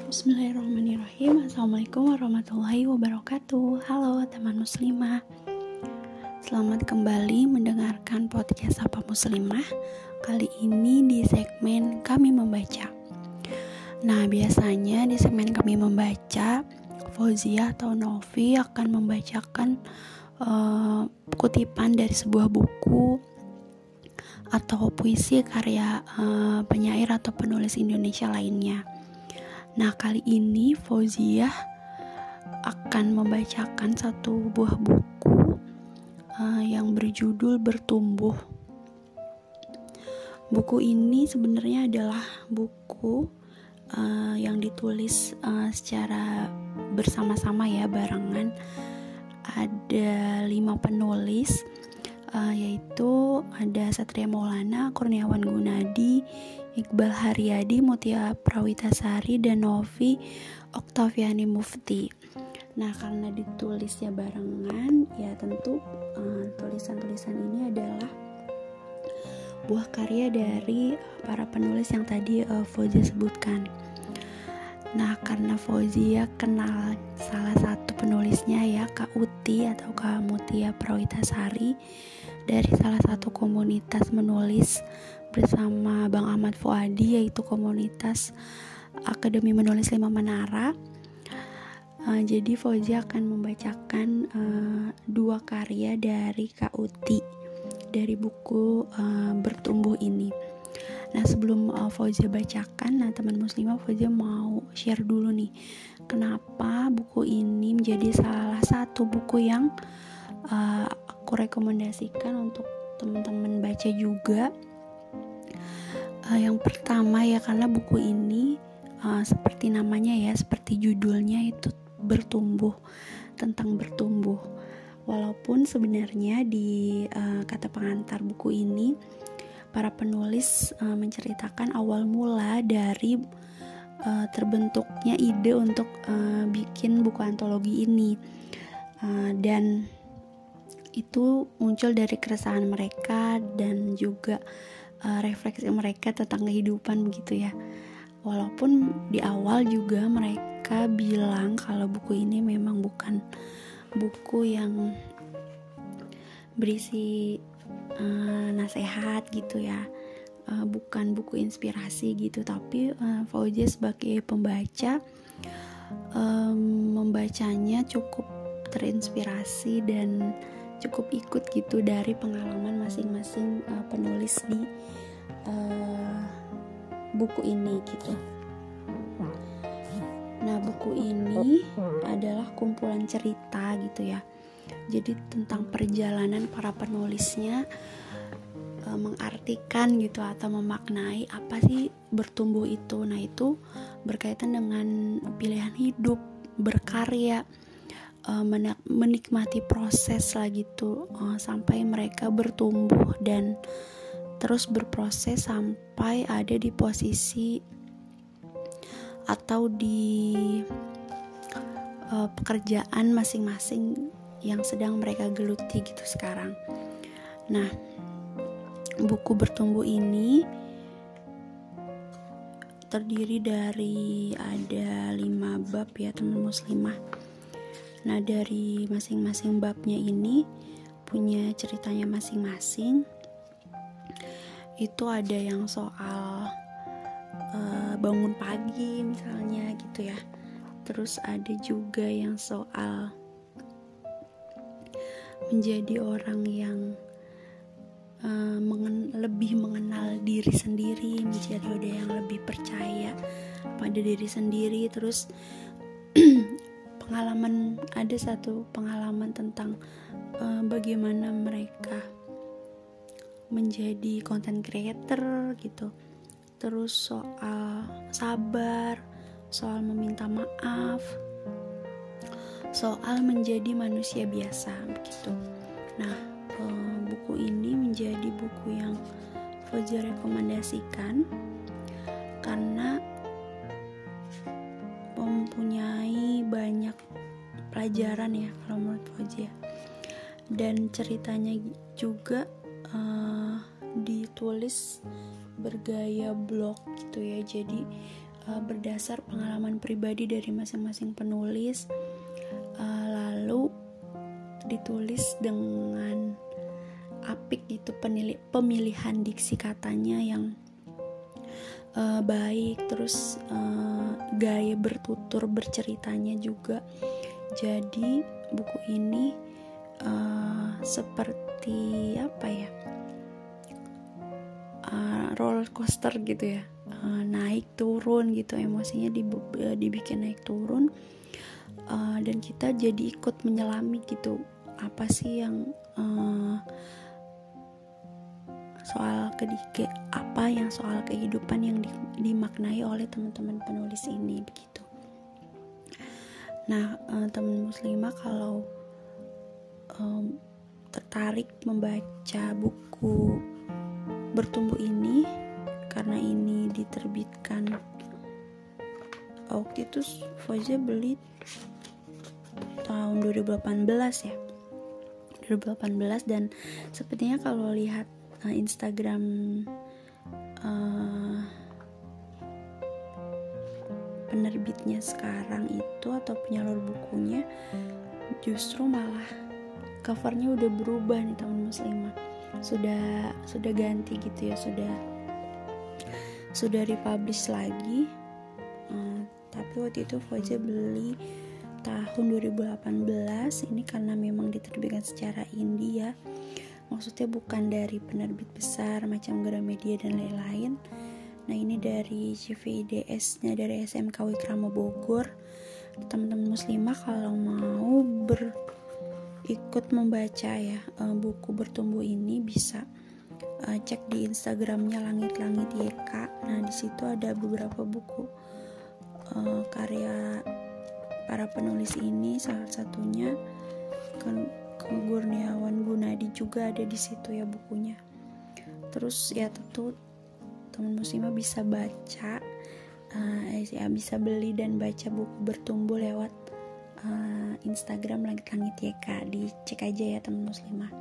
Bismillahirrahmanirrahim. Assalamualaikum warahmatullahi wabarakatuh. Halo teman muslimah, selamat kembali mendengarkan podcast Sapa Muslimah. Kali ini di segmen Kami Membaca. Nah, biasanya di segmen Kami Membaca, Fauzia atau Novi akan membacakan kutipan dari sebuah buku atau puisi karya penyair atau penulis Indonesia lainnya. Nah, kali ini Fauzia akan membacakan satu buah buku yang berjudul Bertumbuh. Buku ini sebenarnya adalah buku yang ditulis secara bersama-sama ya, barengan. Ada 5 penulis, yaitu ada Satria Maulana, Kurniawan Gunadi, Iqbal Haryadi, Mutia Prawitasari, dan Novi Oktaviani Mufti. Nah, karena ditulisnya barengan, ya tentu tulisan-tulisan ini adalah buah karya dari para penulis yang tadi Fauzia sebutkan. Nah, karena Fauzia kenal salah satu penulisnya ya, Kak Uti atau Kak Mutia Prawitasari, dari salah satu komunitas menulis bersama Bang Ahmad Fuadi, yaitu komunitas Akademi Menulis 5 Menara. Jadi Fauzia akan membacakan 2 karya dari Kak Uti dari buku Bertumbuh ini. Nah, sebelum Fauzia bacakan, teman muslimah, Fauzia mau share dulu nih, kenapa buku ini menjadi salah satu buku yang aku rekomendasikan untuk teman-teman baca juga. Yang pertama ya, karena buku ini seperti namanya ya, seperti judulnya itu bertumbuh, tentang bertumbuh. Walaupun sebenarnya di kata pengantar buku ini para penulis menceritakan awal mula dari terbentuknya ide untuk bikin buku antologi ini, dan itu muncul dari keresahan mereka dan juga refleksi mereka tentang kehidupan begitu ya. Walaupun di awal juga mereka bilang kalau buku ini memang bukan buku yang berisi nasihat gitu ya, bukan buku inspirasi gitu, tapi Fauzia sebagai pembaca membacanya cukup terinspirasi dan cukup ikut gitu dari pengalaman masing-masing penulis di buku ini gitu. Nah, buku ini adalah kumpulan cerita gitu ya. Jadi tentang perjalanan para penulisnya mengartikan gitu atau memaknai apa sih bertumbuh itu. Nah, itu berkaitan dengan pilihan hidup, berkarya, menikmati proses lah gitu, sampai mereka bertumbuh dan terus berproses sampai ada di posisi atau di pekerjaan masing-masing yang sedang mereka geluti gitu sekarang. Nah, buku Bertumbuh ini terdiri dari ada 5 bab ya teman muslimah. Nah, dari masing-masing babnya ini punya ceritanya masing-masing. Itu ada yang soal bangun pagi misalnya gitu ya. Terus ada juga yang soal menjadi orang yang lebih mengenal diri sendiri, menjadi orang yang lebih percaya pada diri sendiri. Terus ada satu pengalaman tentang bagaimana mereka menjadi content creator gitu. Terus soal sabar, soal meminta maaf, soal menjadi manusia biasa begitu. Nah, buku ini menjadi buku yang Fauzia rekomendasikan karena mempunyai banyak pelajaran ya kalau menurut Fauzia. Dan ceritanya juga ditulis bergaya blog gitu ya. Jadi berdasar pengalaman pribadi dari masing-masing penulis, lalu ditulis dengan apik gitu, pemilihan diksi katanya yang baik, terus gaya bertutur berceritanya juga. Jadi buku ini seperti apa ya, roller coaster gitu ya, naik turun gitu, emosinya dibikin naik turun, dan kita jadi ikut menyelami gitu, apa sih yang soal kehidupan yang dimaknai oleh teman-teman penulis ini begitu. Nah, teman muslimah kalau tertarik membaca buku Bertumbuh ini, karena ini diterbitkan waktu itu Fauzia beli tahun 2018 ya, 2018, dan sepertinya kalau lihat Instagram penerbitnya sekarang itu atau penyalur bukunya, justru malah covernya udah berubah nih teman muslimah, sudah ganti gitu ya, sudah republish lagi. Tapi waktu itu Fauzia beli tahun 2018 ini karena memang diterbitkan secara indie ya, maksudnya bukan dari penerbit besar macam Gramedia dan lain-lain. Nah, ini dari CVIDS-nya dari SMK Wikrama Bogor. Teman-teman muslimah kalau mau ikut membaca ya buku Bertumbuh ini, bisa cek di Instagramnya Langit-Langit YK. Nah, di situ ada beberapa buku karya para penulis ini, salah satunya Kurniawan Gunadi juga ada di situ ya bukunya. Terus ya tentu teman muslimah bisa baca, bisa beli dan baca buku Bertumbuh lewat Instagram Langit-Langit YK, dicek aja ya teman muslimah.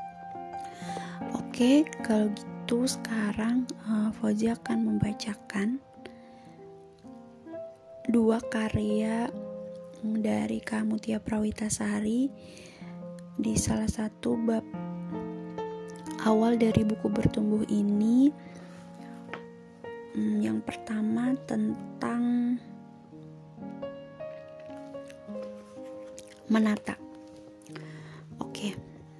Oke, kalau gitu sekarang Fauzia akan membacakan 2 karya dari Kak Mutia Prawitasari di salah satu bab awal dari buku Bertumbuh ini. Yang pertama tentang menata. Oke.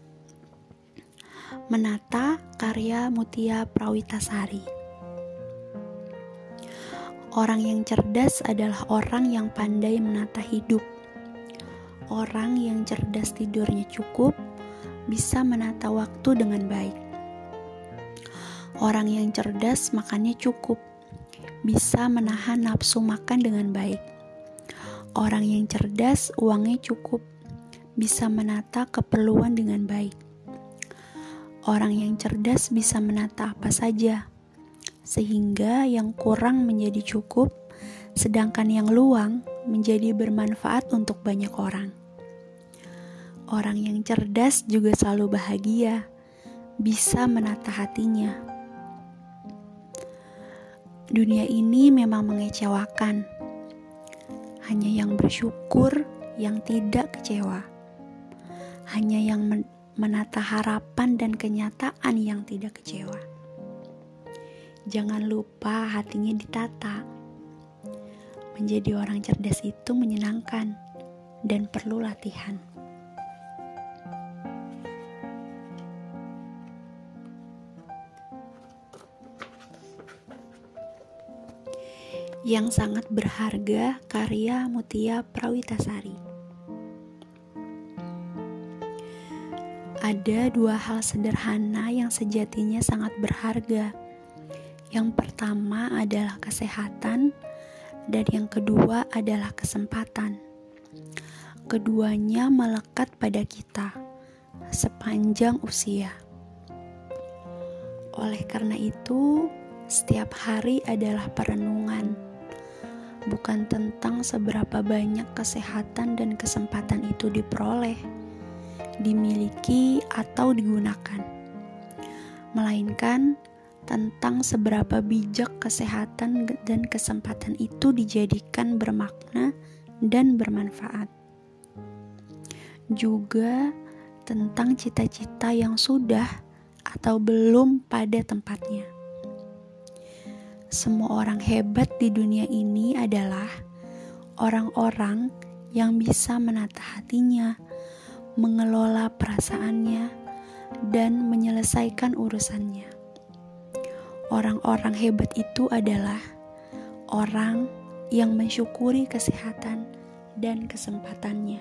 Menata, karya Mutia Prawitasari. Orang yang cerdas adalah orang yang pandai menata hidup. Orang yang cerdas tidurnya cukup, bisa menata waktu dengan baik. Orang yang cerdas makannya cukup, bisa menahan nafsu makan dengan baik. Orang yang cerdas uangnya cukup, bisa menata keperluan dengan baik. Orang yang cerdas bisa menata apa saja, sehingga yang kurang menjadi cukup, sedangkan yang luang menjadi bermanfaat untuk banyak orang. Orang yang cerdas juga selalu bahagia, bisa menata hatinya. Dunia ini memang mengecewakan, hanya yang bersyukur yang tidak kecewa, hanya yang menata harapan dan kenyataan yang tidak kecewa. Jangan lupa hatinya ditata. Menjadi orang cerdas itu menyenangkan dan perlu latihan. Yang sangat berharga, karya Mutia Prawitasari. Ada 2 hal sederhana yang sejatinya sangat berharga. Yang pertama adalah kesehatan, dan yang kedua adalah kesempatan. Keduanya melekat pada kita sepanjang usia. Oleh karena itu, setiap hari adalah perenungan, bukan tentang seberapa banyak kesehatan dan kesempatan itu diperoleh, dimiliki, atau digunakan, melainkan tentang seberapa bijak kesehatan dan kesempatan itu dijadikan bermakna dan bermanfaat. Juga tentang cita-cita yang sudah atau belum pada tempatnya. Semua orang hebat di dunia ini adalah orang-orang yang bisa menata hatinya, mengelola perasaannya, dan menyelesaikan urusannya. Orang-orang hebat itu adalah orang yang mensyukuri kesehatan dan kesempatannya.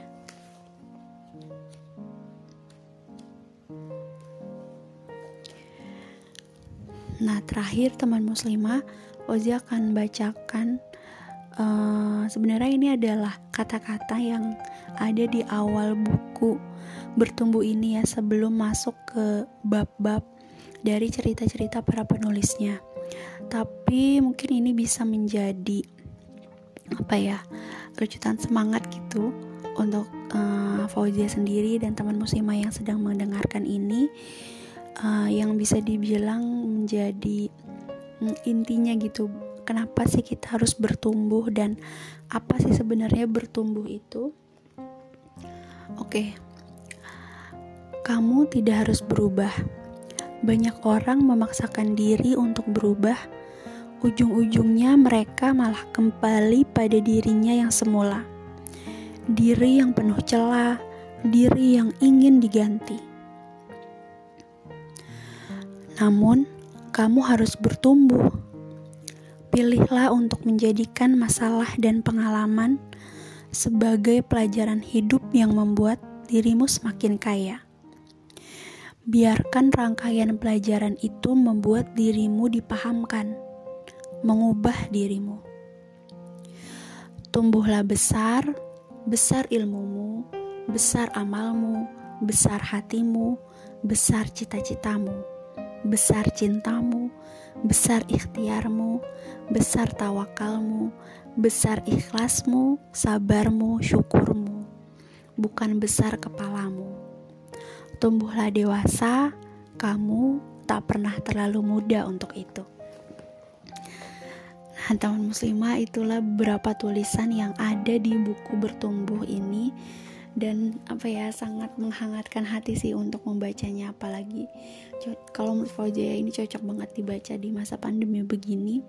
Nah, terakhir teman muslimah, Fauzia akan bacakan sebenarnya ini adalah kata-kata yang ada di awal buku Bertumbuh ini ya, sebelum masuk ke bab-bab dari cerita-cerita para penulisnya. Tapi mungkin ini bisa menjadi rujukan semangat gitu untuk Fauzia sendiri dan teman muslimah yang sedang mendengarkan ini, yang bisa dibilang menjadi intinya gitu. Kenapa sih kita harus bertumbuh dan apa sih sebenarnya bertumbuh itu? Oke. Kamu tidak harus berubah. Banyak orang memaksakan diri untuk berubah. Ujung-ujungnya mereka malah kembali pada dirinya yang semula. Diri yang penuh celah, diri yang ingin diganti. Namun, kamu harus bertumbuh. Pilihlah untuk menjadikan masalah dan pengalaman sebagai pelajaran hidup yang membuat dirimu semakin kaya. Biarkan rangkaian pelajaran itu membuat dirimu dipahamkan, mengubah dirimu. Tumbuhlah besar, besar ilmumu, besar amalmu, besar hatimu, besar cita-citamu, besar cintamu, besar ikhtiarmu, besar tawakalmu, besar ikhlasmu, sabarmu, syukurmu, bukan besar kepalamu. Tumbuhlah dewasa, kamu tak pernah terlalu muda untuk itu. Nah, teman muslimah, itulah beberapa tulisan yang ada di buku Bertumbuh ini, dan sangat menghangatkan hati sih untuk membacanya, apalagi kalau menurut Fauzia ini cocok banget dibaca di masa pandemi begini.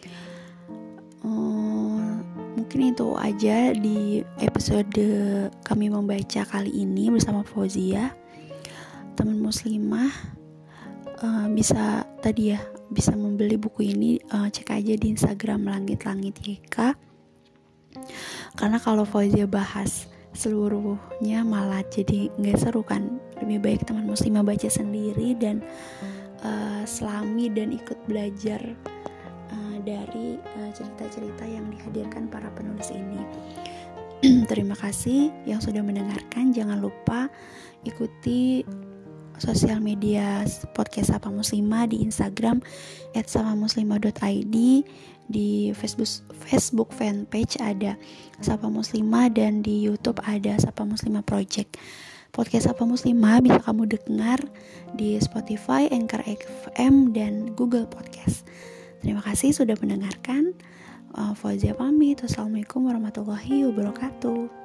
Mungkin itu aja di episode kami membaca kali ini bersama Fauzia. Teman muslimah bisa membeli buku ini, cek aja di Instagram Langit-Langit YK. Karena kalau Fauzia bahas seluruhnya malah jadi nggak seru kan. Lebih baik teman muslimah baca sendiri dan selami dan ikut belajar dari cerita-cerita yang dihadirkan para penulis ini. Terima kasih yang sudah mendengarkan. Jangan lupa ikuti sosial media podcast Sapa Muslimah di Instagram @sapamuslimah.id, di Facebook fanpage ada Sapa Muslimah, dan di YouTube ada Sapa Muslimah Project. Podcast Sapa Muslimah bisa kamu dengar di Spotify, Anchor FM, dan Google Podcast. Terima kasih sudah mendengarkan. Fauzia pamit. Wassalamualaikum warahmatullahi wabarakatuh.